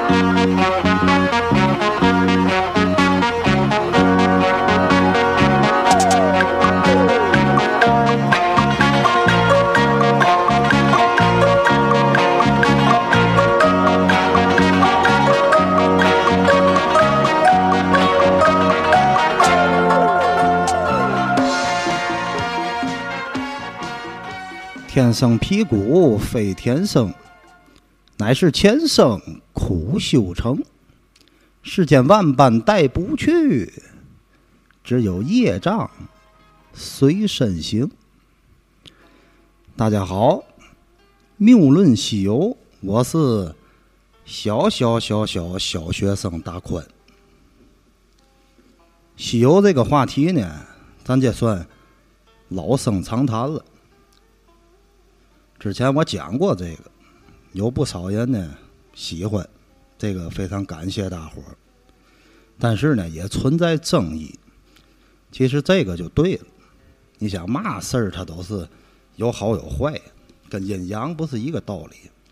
天生皮骨非天生，乃是前生苦修成。世间万般带不去，只有业障随身行。大家好，谬论西游，我是小学生大宽。西游这个话题呢，咱这算老生常谈了。之前我讲过这个，有不少人呢喜欢，这个非常感谢大伙儿。但是呢，也存在争议。其实这个就对了，你想嘛事儿它都是有好有坏，跟阴阳不是一个道理。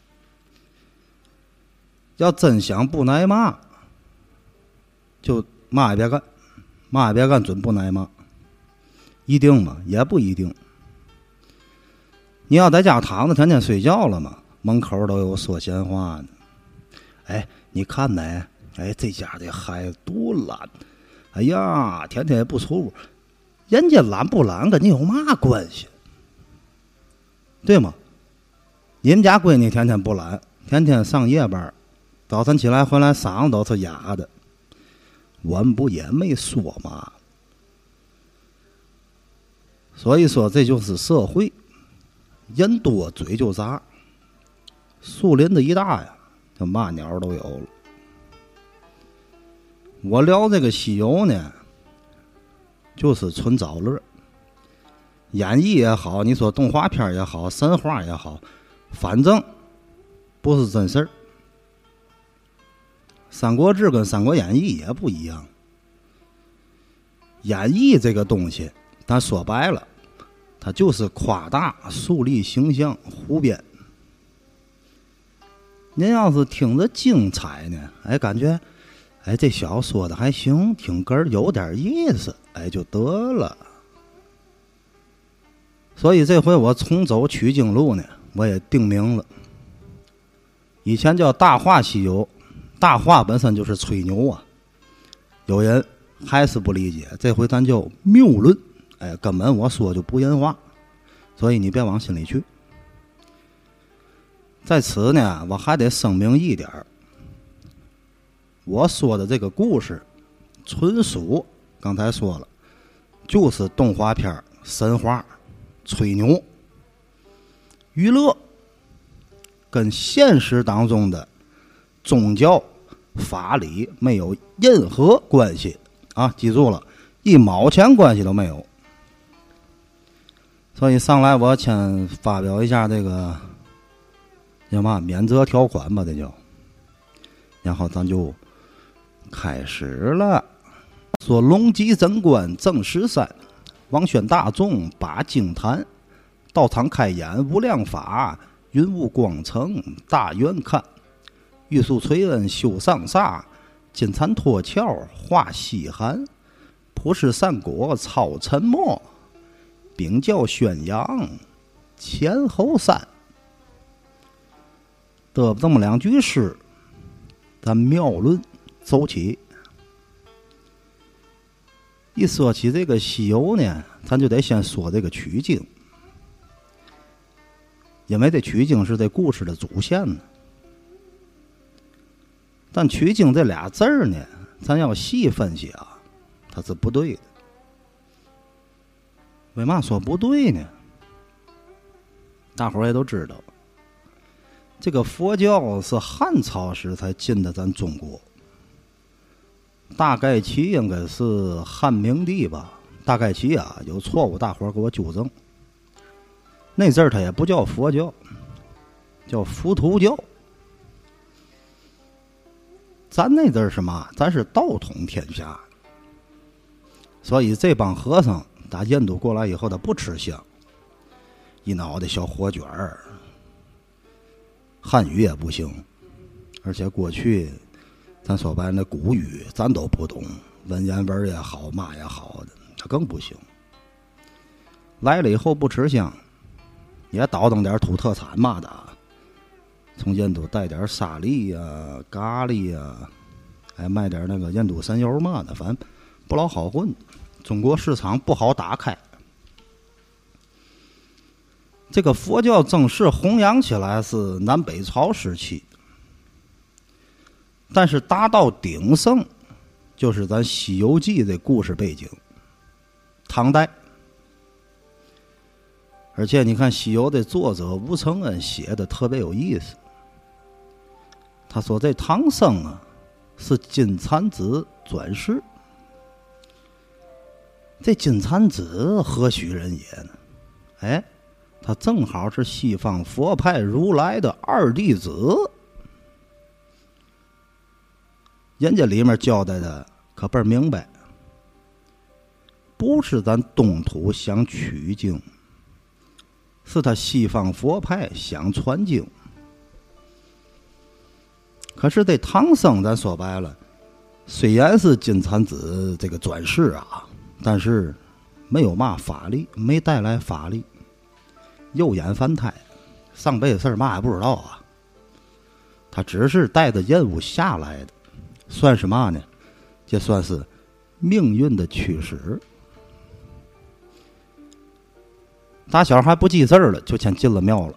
要真想不挨骂，就嘛也别干，嘛也别干，准不挨骂。一定吗？也不一定。你要在家躺着天天睡觉了嘛，门口都有说闲话呢。哎，你看呢？哎，这家这孩子多懒！哎呀，天天也不出屋，人家懒不懒跟你有嘛关系？对吗？你们家闺女天天不懒，天天上夜班，早晨起来回来嗓子都是哑的，我们不也没说嘛？所以说这就是社会。人多嘴就杂，树林子一大呀，就嘛鸟都有了。我聊这个西游呢，就是纯找乐。演绎也好，你说动画片也好，神话也好，反正不是真事儿。三国志跟三国演义也不一样。演绎这个东西，但说白了，它就是夸大树立形象胡编。您要是听着精彩呢，哎，感觉哎这小子说的还行，挺哏儿，有点意思，哎就得了。所以这回我重走取经路呢，我也定名了。以前叫大话西游，大话本身就是吹牛啊，有人还是不理解，这回咱就谬论。哎，根本我说就不人话，所以你别往心里去。在此呢，我还得声明一点，我说的这个故事纯属刚才说了，就是动画片、神话、吹牛、娱乐，跟现实当中的宗教法理没有任何关系啊！记住了，一毛钱关系都没有。所以上来我先发表一下这个叫嘛免责条款吧，这就，然后咱就开始了。说龙脊贞观正13，王宣大众把经坛，道场开演无量法，云雾光成大圆看，玉树垂恩修上煞，金蝉脱壳化稀罕，普世善果超沉默，禀教宣扬前后山。得这么两句诗，咱妙论走起。一说起这个西游呢，咱就得先说这个取经，因为这取经是这故事的主线呢。但取经这俩字儿呢，咱要细分析啊，它是不对的。为嘛说不对呢？大伙儿也都知道，这个佛教是汉朝时才进的咱中国，大概其应该是汉明帝吧，大概其啊有错误，大伙儿给我纠正。那阵儿它也不叫佛教，叫浮屠教。咱那阵儿是嘛？咱是道统天下，所以这帮和尚打印度过来以后，他不吃香，一脑袋小火卷儿，汉语也不行，而且过去咱说白了，那古语咱都不懂，文言文也好，嘛也好的，他更不行。来了以后不吃香，也倒腾点土特产嘛的，从印度带点沙粒呀、咖喱呀，还卖点那个印度神油嘛的，反正不老好混。中国市场不好打开。这个佛教正式弘扬起来是南北朝时期，但是达到鼎盛就是咱《西游记》的故事背景，唐代。而且你看《西游》的作者吴承恩写的特别有意思，他说这唐僧啊是金蝉子转世。这金蝉子何许人也呢？哎，他正好是西方佛派如来的二弟子。人家里面交代的可倍儿明白，不是咱东土想取经，是他西方佛派想传经。可是这唐僧咱说白了，虽然是金蝉子这个转世啊，但是没有嘛法力，没带来法力，右眼凡胎，上辈子事儿嘛也不知道啊。他只是带着任务下来的，算是嘛呢？这算是命运的驱使。打小还不记字了，就先进了庙了。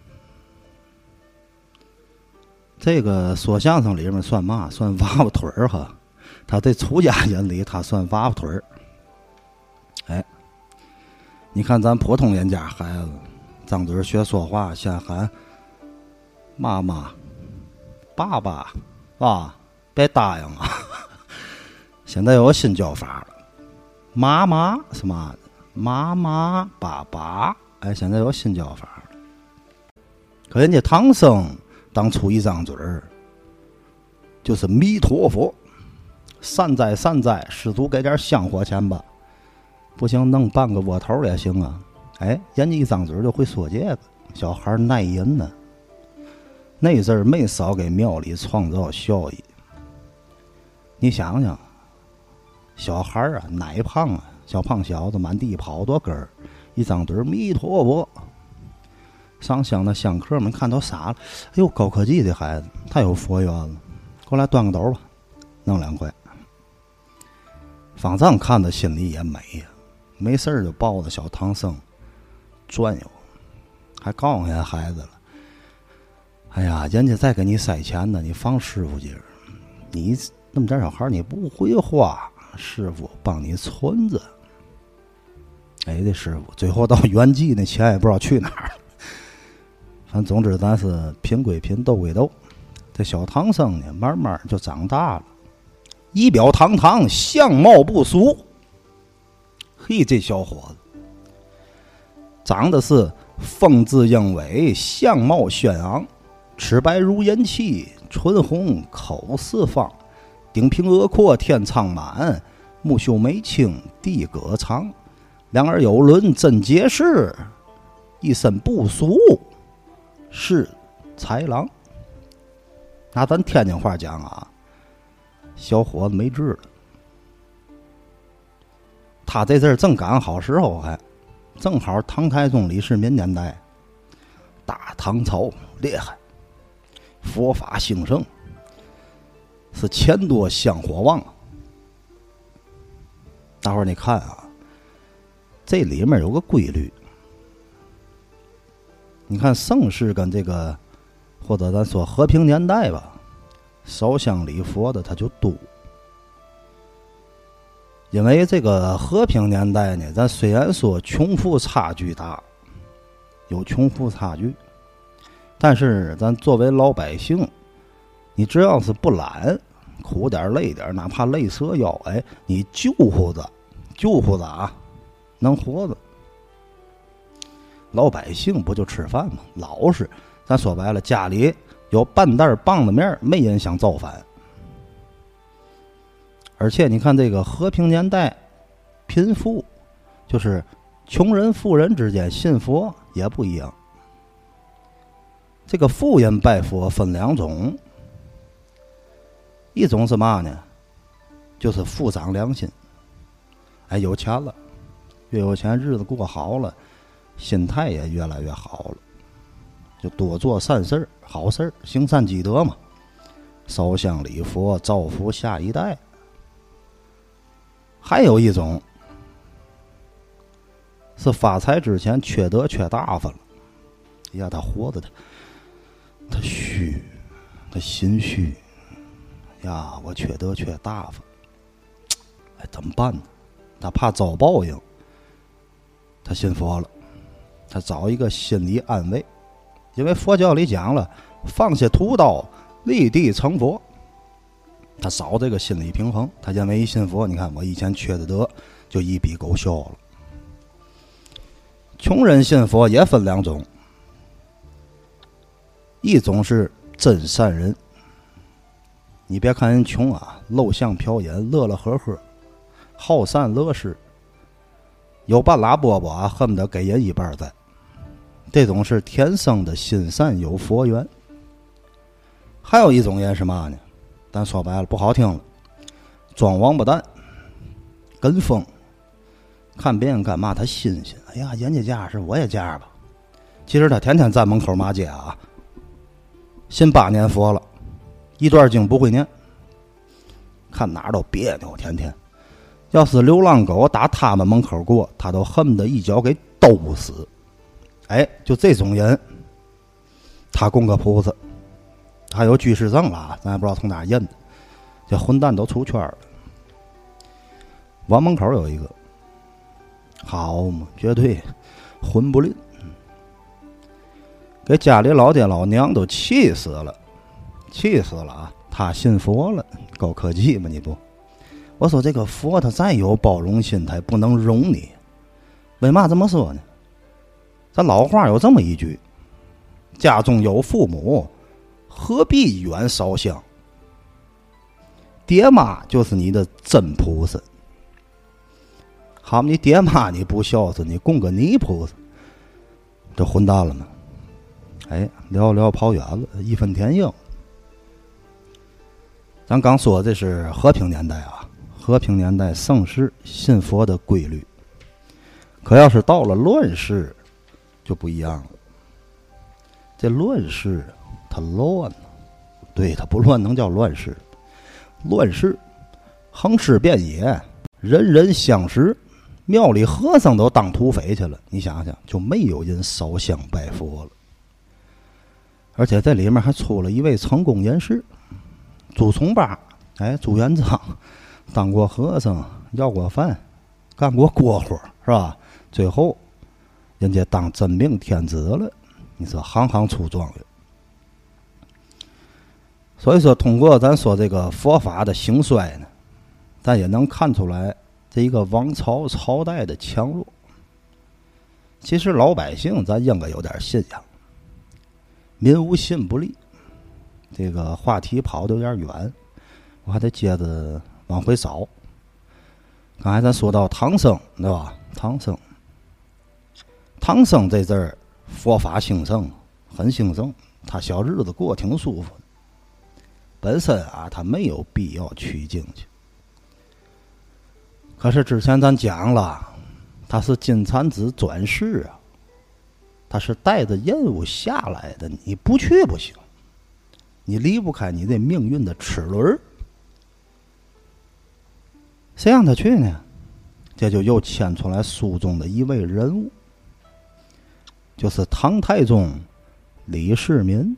这个说相声里面算嘛？算娃娃腿儿哈。他在出家人里，他算娃娃腿儿。哎，你看咱普通人家孩子，张嘴学说话，先喊妈妈、爸爸啊，别答应啊！现在有新叫法了，妈妈是嘛的？妈妈、爸爸，哎，现在有新叫法了。可人家唐僧当初一张嘴儿，就是弥陀佛，善哉善哉，施主给点香火钱吧。不行，弄半个窝头也行啊！哎，人家一张嘴就会说这个，小孩耐人呢。那阵儿没少给庙里创造效益。你想想，小孩啊，奶胖啊，小胖小子满地跑多根儿，一张嘴弥陀佛。上香的香客们看都傻了，哎呦，高科技的孩子，太有佛缘了！过来端个斗吧，弄2块。方丈看的心里也美呀。没事儿就抱着小唐僧转悠，还告诉人家孩子了：“哎呀，人家再给你塞钱呢，你放师傅这儿，你那么点小孩你不会花，师傅帮你存着。”哎，这师傅最后到圆寂，那钱也不知道去哪儿了。反正总之，咱是贫归贫，斗归斗。这小唐僧呢，慢慢就长大了，仪表堂堂，相貌不俗。嘿，这小伙子长得是风姿英伟，相貌轩昂，齿白如银器，唇红口似方，顶平额阔天苍满，目秀眉清地戈长，两耳有轮真结实，一身不俗是豺狼。拿咱天津话讲啊，小伙子没治了。他这阵正赶好时候，还正好唐太宗李世民年代，大唐朝厉害，佛法兴盛，是钱多香火旺。大伙儿你看啊，这里面有个规律。你看盛世跟这个，或者咱说和平年代吧，烧香礼佛的他就多。因为这个和平年代呢，咱虽然说穷富差距大，有穷富差距，但是咱作为老百姓，你只要是不懒，苦点累点，哪怕累折腰，哎，你救活着啊，能活着。老百姓不就吃饭吗？老实，咱说白了，家里有半袋棒子面，没人想造反。而且你看这个和平年代，贫富就是穷人富人之间信佛也不一样。这个富人拜佛分2种， 一种是嘛呢？就是富长良心，哎，有钱了，越有钱，日子过好了，心态也越来越好了，就多做善事儿、好事儿，行善积德嘛，烧香礼佛，造福下一代。还有一种是发财之前缺德缺大发了，哎呀，他活的他虚，他心虚呀，我缺德缺大发，哎，怎么办呢？他怕遭报应，他信佛了，他找一个心理安慰，因为佛教里讲了，放下屠刀，立地成佛。他找这个心理平衡，他认为一信佛，你看我以前缺的德就一笔勾销了。穷人信佛也分两种，一种是真善人，你别看人穷啊，露相飘眼，乐乐呵呵，好善乐施，有半拉饽饽啊，恨不得给人一半在。这种是天生的心善有佛缘。还有一种人是嘛呢？但说白了不好听了，装王八蛋，跟风，看别人干嘛他新鲜，哎呀，人家家是我也家吧。其实他天天在门口骂街啊，信8年佛了，一段经不会念，看哪儿都别扭，天天。要是流浪狗打他们门口过，他都恨不得一脚给兜死。哎，就这种人，他供个菩萨，他有居士证了，咱也不知道从哪印的，这混蛋都出圈了。王门口有一个，好嘛，绝对混不吝，给家里老爹老娘都气死了，气死了啊！他信佛了，够科技吗？你不？我说这个佛他再有包容心，他也不能容你。为嘛这么说呢？咱老话有这么一句：家中有父母，何必远烧香？爹妈就是你的真菩萨。好，你爹妈你不孝顺，你供个泥菩萨，这混蛋了吗？哎，聊聊跑远了，义愤填膺。咱刚说这是和平年代啊，和平年代盛世信佛的规律。可要是到了乱世，就不一样了。这乱世它乱了，对，它不乱能叫乱世？乱世，横尸遍野，人人相识，庙里和尚都当土匪去了。你想想，就没有人烧香拜佛了。而且这里面还出了一位成功人士，朱重八，哎，朱元璋，当过和尚，要过饭，干过国活，是吧？最后，人家当真命天子了。你说行行出状元。所以说，通过咱说这个佛法的兴衰呢，咱也能看出来这一个王朝朝代的强弱。其实老百姓咱应该有点信仰，民无信不立。这个话题跑得有点远，我还得接着往回找。刚才咱说到唐僧，对吧？唐僧这阵儿佛法兴盛，很兴盛，他小日子过挺舒服的。本身啊，他没有必要取经去。可是之前咱讲了，他是金蝉子转世啊，他是带着任务下来的，你不去不行，你离不开你这命运的齿轮。谁让他去呢？这就又牵出来书中的一位人物，就是唐太宗李世民。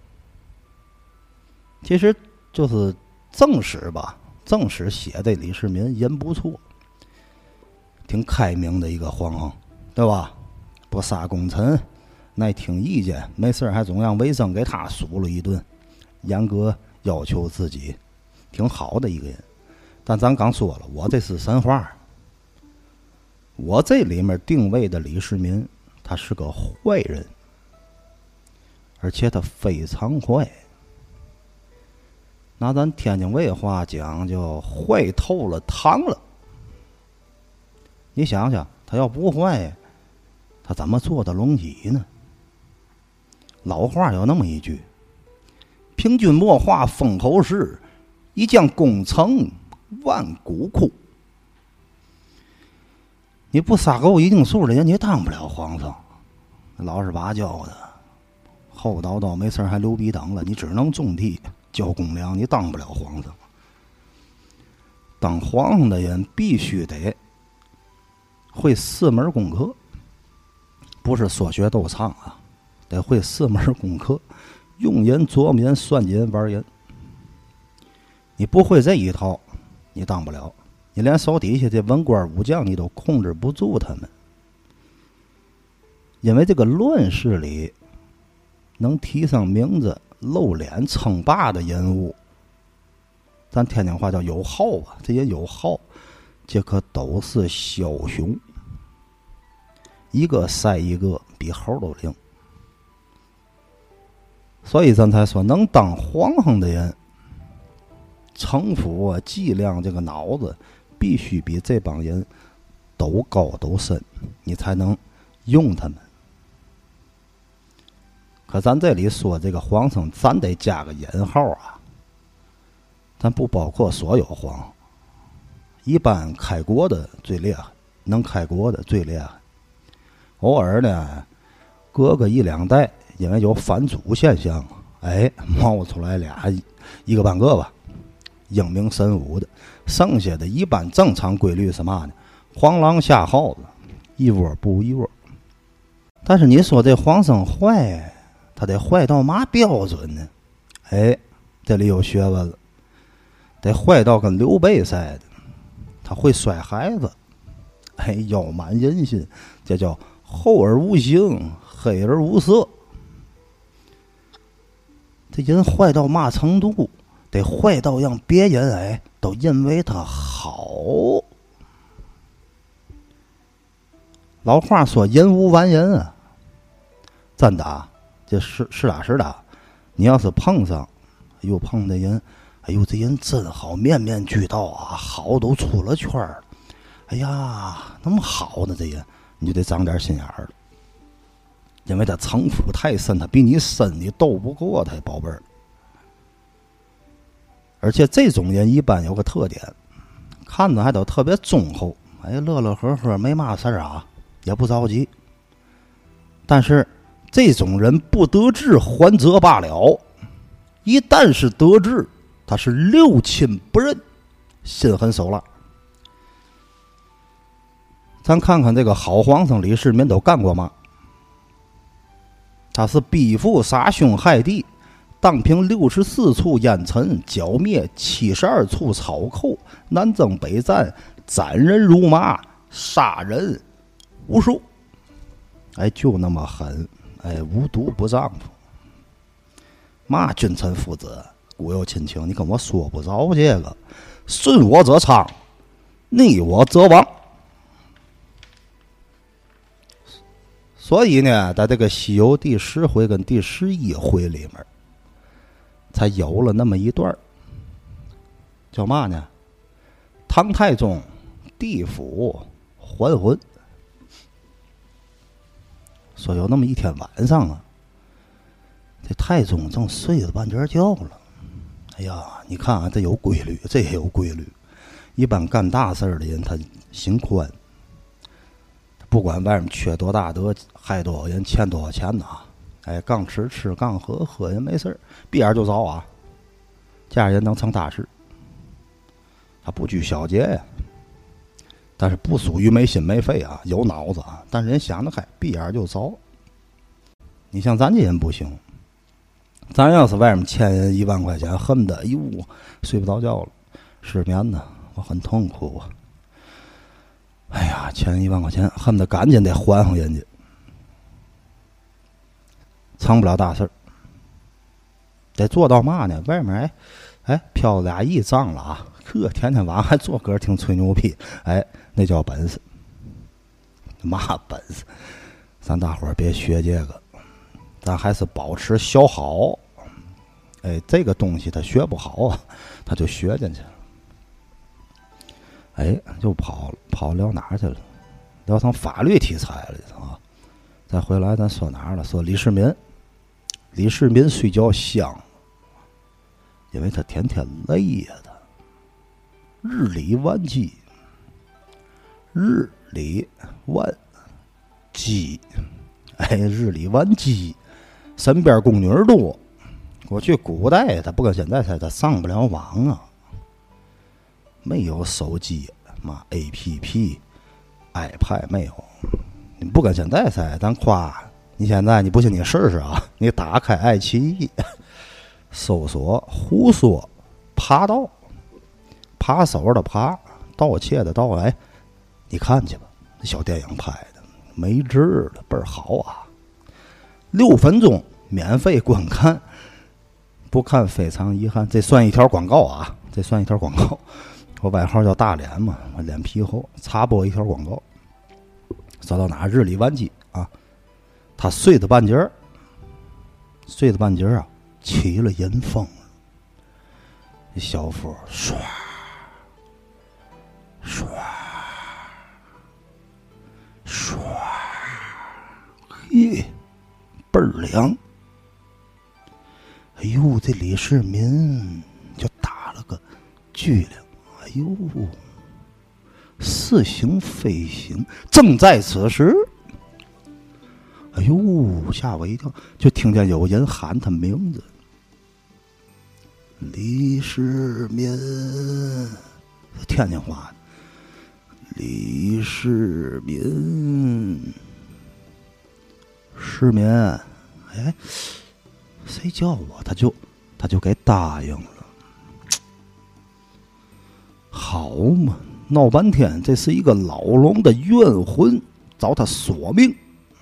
其实就是正史吧，正史写的李世民人不错，挺开明的一个皇后，对吧？不杀功臣，爱听意见，没事还总让魏征给他数了一顿，严格要求自己，挺好的一个人。但咱刚说了，我这是神话，我这里面定位的李世民，他是个坏人，而且他非常坏。拿咱天津卫话讲，就坏透了糖了。你想想，他要不坏，他怎么坐得龙椅呢？老话有那么一句：平君莫话封侯事， 一将功成万骨枯。你不撒够一定数的人，你也当不了皇上。老实巴交的，厚道到没事还流鼻等了，你只能种地交公粮，你当不了皇上。当皇上的人必须得会4门功课，不是说学逗唱啊，得会4门功课，用人、琢磨人、算计人、玩人。你不会这一套，你当不了。你连手底下这文官武将你都控制不住他们，因为这个乱世里能提上名字、露脸、称霸的人物，咱天津话叫有号啊，这人有号，这可都是枭雄，一个赛一个，比猴都灵。所以咱才说，能当皇上的人，城府啊、伎俩这个脑子，必须比这帮人都高都深，你才能用他们。可咱这里说这个皇上，咱得加个引号啊，咱不包括所有皇上。一般开国的最厉害，能开国的最厉害。偶尔呢，隔个1、2代，因为有反祖现象，冒出来俩一个半个吧，英明神武的。剩下的一般正常规律是嘛呢？黄狼下耗子，一窝不一窝。但是你说这皇上坏，他得坏到嘛标准呢？这里有学问了，得坏到跟刘备似的，他会摔孩子，妖蛮人心，这叫厚而无形，黑而无色。这人坏到嘛程度？得坏到让别人都认为他好。老话说人无完人啊，真的啊，这是打实的。你要是碰上，碰的人，这人真好，面面俱到啊，好都出了圈了。那么好呢，这人你就得长点心眼儿了，因为他城府太深，他比你深，你斗不过他，宝贝儿。而且这种人一般有个特点，看着还都特别忠厚，乐乐呵呵，没嘛事儿啊，也不着急。但是这种人不得志还则罢了，一旦是得志，他是六亲不认，心狠手辣。咱看看这个好皇上李世民都干过嘛？他是逼父杀兄害弟，荡平64处烟尘，剿灭72处草寇，南征北战，斩人如麻，杀人无数。就那么狠，无毒不丈夫。嘛君臣父子，古有亲情，你跟我说不着这个。顺我者昌，逆我则亡。所以呢，在这个《西游》第10回跟第11回里面，才有了那么一段叫嘛呢？唐太宗地府还魂。说有那么一天晚上啊，这太宗正睡着半截觉了。你看啊，这有规律，这也有规律。一般干大事的人，他心宽，不管外面缺多大德，害多少人，欠多少钱呐，刚吃吃，刚喝喝，人没事闭眼就着啊。这样人能成大事，他不拘小节呀。但是不属于没心没肺啊，有脑子啊，但是人想得开，闭眼就着。你像咱这人不行，咱要是外面欠人1万块钱，恨不得睡不着觉了，失眠呢，我很痛苦啊。欠人1万块钱，恨不得赶紧得还上人家，成不了大事儿。得做到嘛呢？外面飘2亿账了啊！天天晚上还坐歌听吹牛逼，那叫本事。嘛本事？咱大伙儿别学这个，咱还是保持小好。这个东西他学不好啊，他就学进去了。就跑聊哪儿去了？聊成法律题材了啊！再回来咱说哪儿了？说李世民。李世民睡觉香，因为他天天累呀的。 日理万机，日理万机，哎，日理万机，身边宫女多。过去古代他不跟现在他上不了网啊，没有手机嘛 APP、iPad 没有。你不跟现在才，咱夸你现在你不信你试试啊！你打开爱奇艺，搜索胡说爬道，扒手的扒，盗窃的盗，哎，你看去吧，小电影拍的没治的倍儿好啊，6分钟免费观看。不看非常遗憾，这算一条广告啊！这算一条广告。我外号叫大脸嘛，我脸皮厚，插播一条广告。说到哪日理万机啊，他睡着半截儿啊，起了阴风了。小腹唰唰唰，嘿，倍儿凉。哎呦，这李世民就打了个巨灵。哎呦，似醒非醒，正在此时。哎呦，吓我一跳，就听见有人喊他名字，李世民，天津话的，李世民，世民，哎。谁叫我，他就给答应了。好嘛，闹半天，这是一个老龙的冤魂找他索命。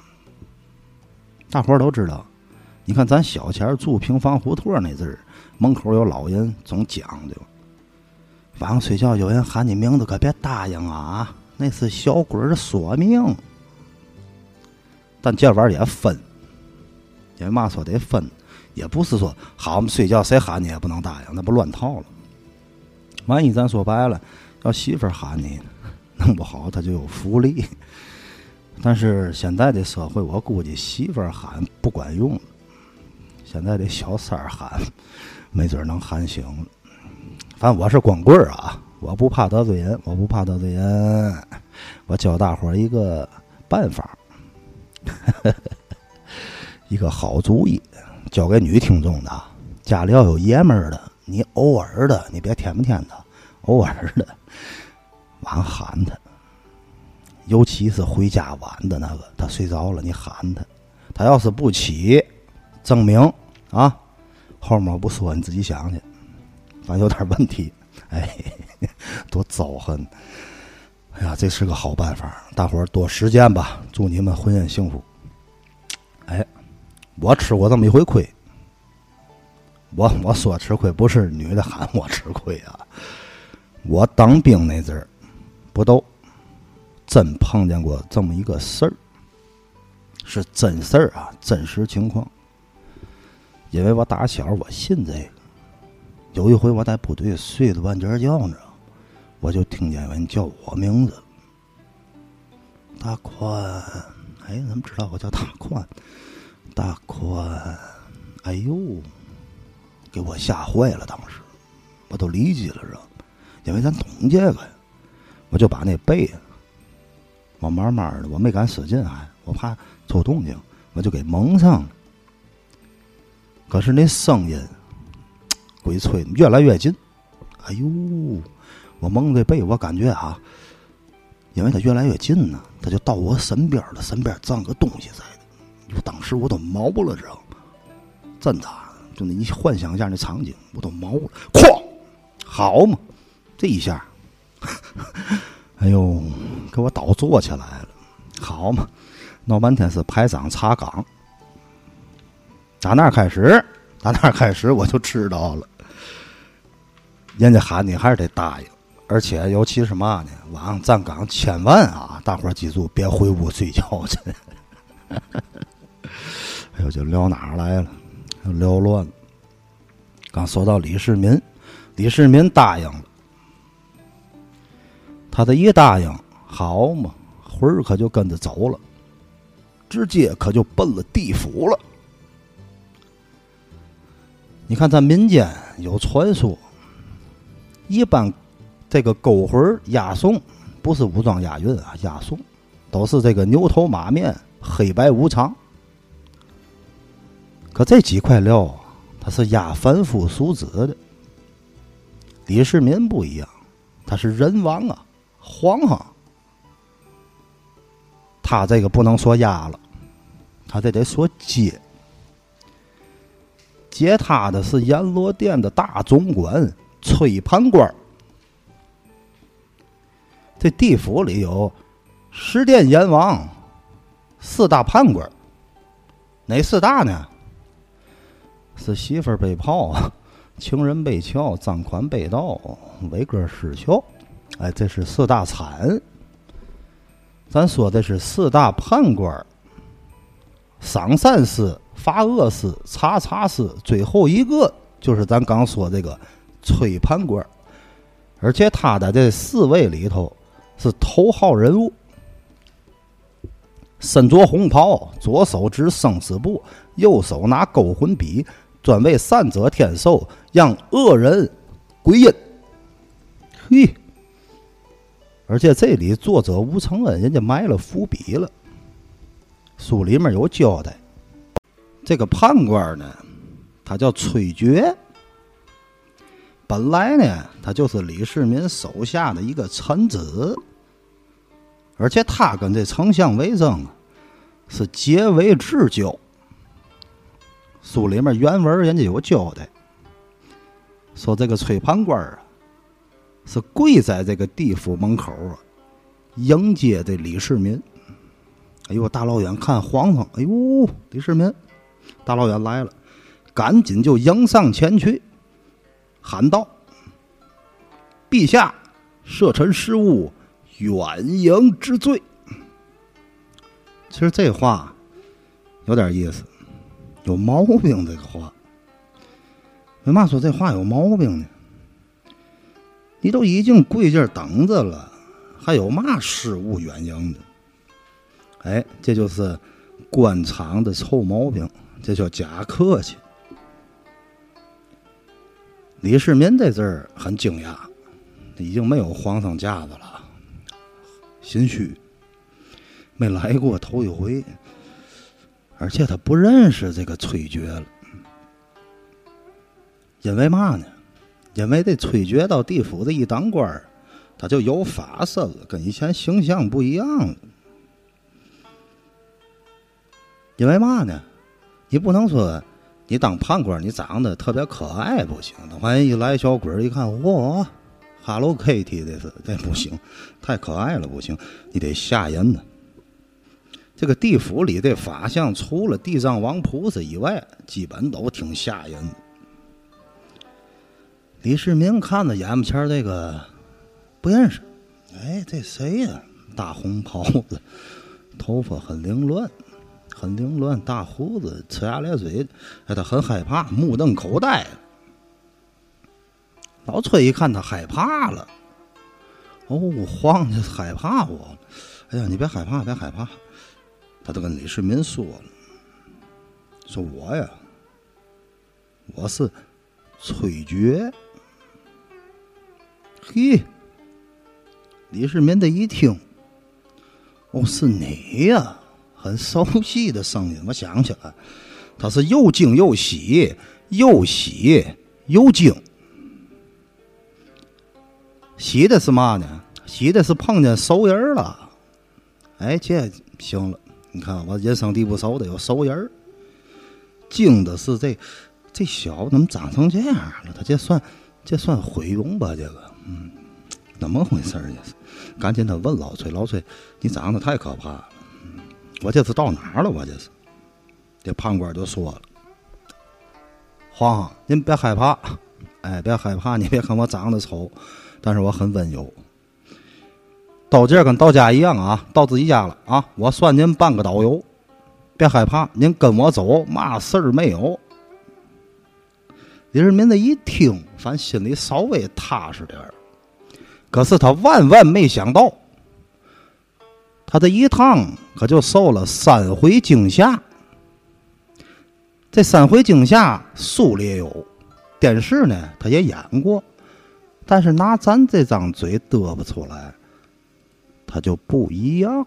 大伙儿都知道，你看咱小前住平房胡同那阵儿，门口有老人总讲究，晚上睡觉有人喊你名字可别答应啊，那是小鬼的索命。但这玩意儿也分，因为嘛说得分。也不是说好我们睡觉谁喊你也不能答应，那不乱套了。万一咱说白了，要媳妇儿喊你，弄不好他就有福利。但是现在的社会，我估计媳妇儿喊不管用，现在这小三儿喊，没准能喊醒了。反正我是光棍啊，我不怕得罪人，我教大伙儿一个办法，一个好主意。交给女听众的，家里要有爷们儿的，你偶尔的，你别天不天的，偶尔的晚喊他，尤其是回家晚的那个，他睡着了，你喊他，他要是不起，证明啊，后面我不说，你自己想去，反正有点问题，哎，多糟痕！哎呀，这是个好办法，大伙儿多实践吧，祝你们婚姻幸福。哎。我吃过这么一回亏，我说吃亏不是女的喊我吃亏啊，我当兵那阵儿不都真碰见过这么一个事儿，是真事儿啊，真实情况。因为我打小我信这个，有一回我在部队睡着半截觉呢，我就听见有人叫我名字，大宽，哎，怎么知道我叫大宽？大宽，哎呦，给我吓坏了！当时我都理解了，因为咱懂这个呀，我就把那背我慢慢的，我没敢使劲，我怕出动静，我就给蒙上了。可是那声音鬼吹越来越近，哎呦，我蒙这背，我感觉啊，因为它越来越近呢，它就到我身边了，身边站个东西在。当时我都毛了，知道吗？真的，就你幻想一下那场景，我都毛了。哐，好嘛，这一下，哎呦，给我倒坐起来了。好嘛，闹半天是排长查岗。打那开始我就知道了，人家喊你还是得答应，而且尤其是嘛呢，晚上站岗千万啊，大伙儿记住别回屋睡觉去。哎呦，就聊哪儿来了？聊乱了。刚说到李世民，李世民答应了，他的一答应，好嘛，魂儿可就跟着走了，直接可就奔了地府了。你看，咱民间有传说，一般这个勾魂押送不是武装押运啊，押送都是这个牛头马面，黑白无常。可这几块料啊，它是押凡夫俗子的。李世民不一样，他是人王啊，皇上。他这个不能说押了，他这得说接。接他的是阎罗殿的大总管崔判官。这地府里有十殿阎王，4大判官。哪4大呢？是媳妇被炮，情人被撬，赃款被盗，伟哥失效。哎，这是4大惨。咱说的是4大判官：赏善司、罚恶司、查察司，最后一个就是咱刚说这个崔判官。而且他在这4位里头是头号人物，身着红袍，左手执生死簿，右手拿勾魂笔，专为善者天授，让恶人归阴。嘿，而且这里作者吴承恩人家埋了伏笔了，书里面有交代。这个判官呢，他叫崔珏，本来呢他就是李世民手下的一个臣子，而且他跟这丞相魏征是结为至交。书里面原文人家有交代，说这个崔判官啊是跪在这个地府门口啊迎接这李世民。哎呦，大老远看皇上，哎呦，李世民大老远来了，赶紧就迎上前去，喊道：陛下，赦臣失误，远迎之罪。其实这话有点意思，有毛病。这个话为嘛说这话有毛病呢？你都已经跪这儿等着了，还有嘛失误远迎的？哎，这就是官场的臭毛病，这叫假客气。李世民在这儿很惊讶，已经没有皇上架子了，心虚，没来过头一回，而且他不认识这个崔珏了。因为嘛呢？因为这崔珏到地府的一当官，他就有法身了，跟以前形象不一样了。因为嘛呢？你不能说你当判官你长得特别可爱不行，万一来小鬼一看，哇，Hello Kitty 这不行，太可爱了不行，你得吓人呢。这个地府里的法相，除了地藏王菩萨以外，基本都挺吓人的。李世民看着眼前这个不认识，哎，这谁呀？大红袍子，头发很凌乱，很凌乱，大胡子，呲牙咧嘴，哎，他很害怕，目瞪口呆。老崔一看他害怕了，哦，皇上害怕我，哎呀，你别害怕，别害怕。他就跟李世民说了，说我呀，我是崔珏。嘿，李世民这一听，哦，是你呀，很熟悉的声音。我想起来，他是又惊又喜，又喜又惊。喜的是嘛呢？喜的是碰见熟人了。哎，这行了，你看我人生地不熟的有熟人。惊的是这小子怎么长成这样了？他这算毁容吧？这个，怎么回事儿？这是，赶紧他问老崔，老崔，你长得太可怕了，我这是到哪儿了？我这是，这判官就说了，皇上您别害怕，哎，别害怕，你别看我长得丑，但是我很温柔。到这儿跟到家一样啊，到自己家了啊，我算您半个导游，别害怕，您跟我走，嘛事儿没有。李世民的一听，反正心里稍微踏实点儿。可是他万万没想到，他这一趟可就受了3回惊吓。这3回惊吓书里也有，电视呢他也演过， 但是拿咱这张嘴嘚不出来，它就不一样。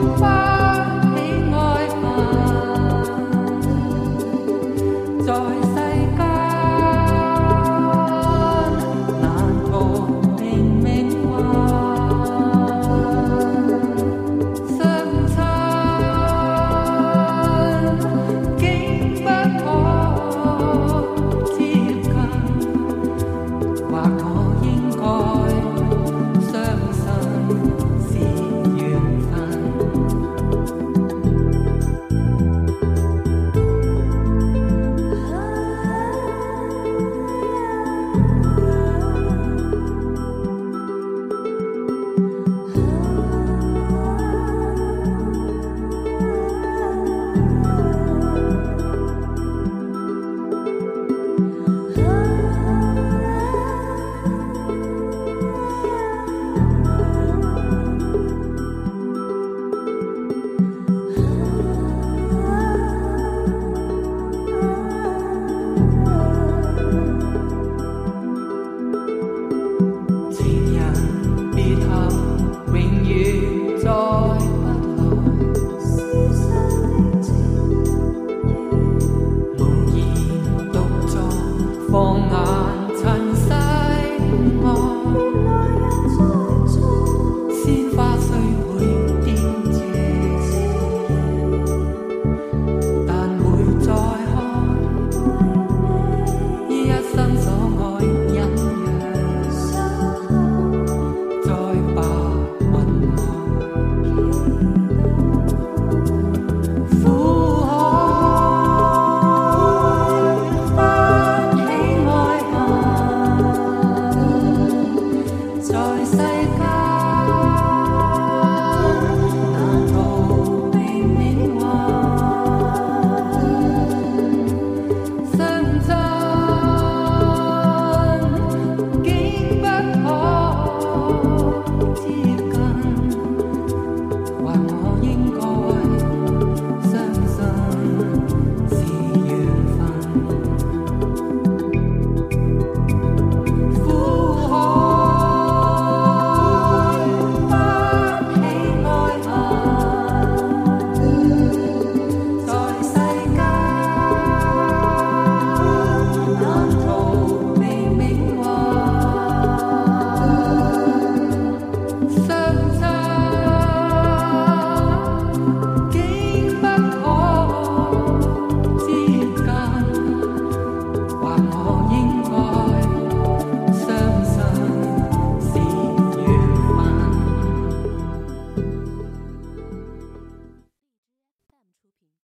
在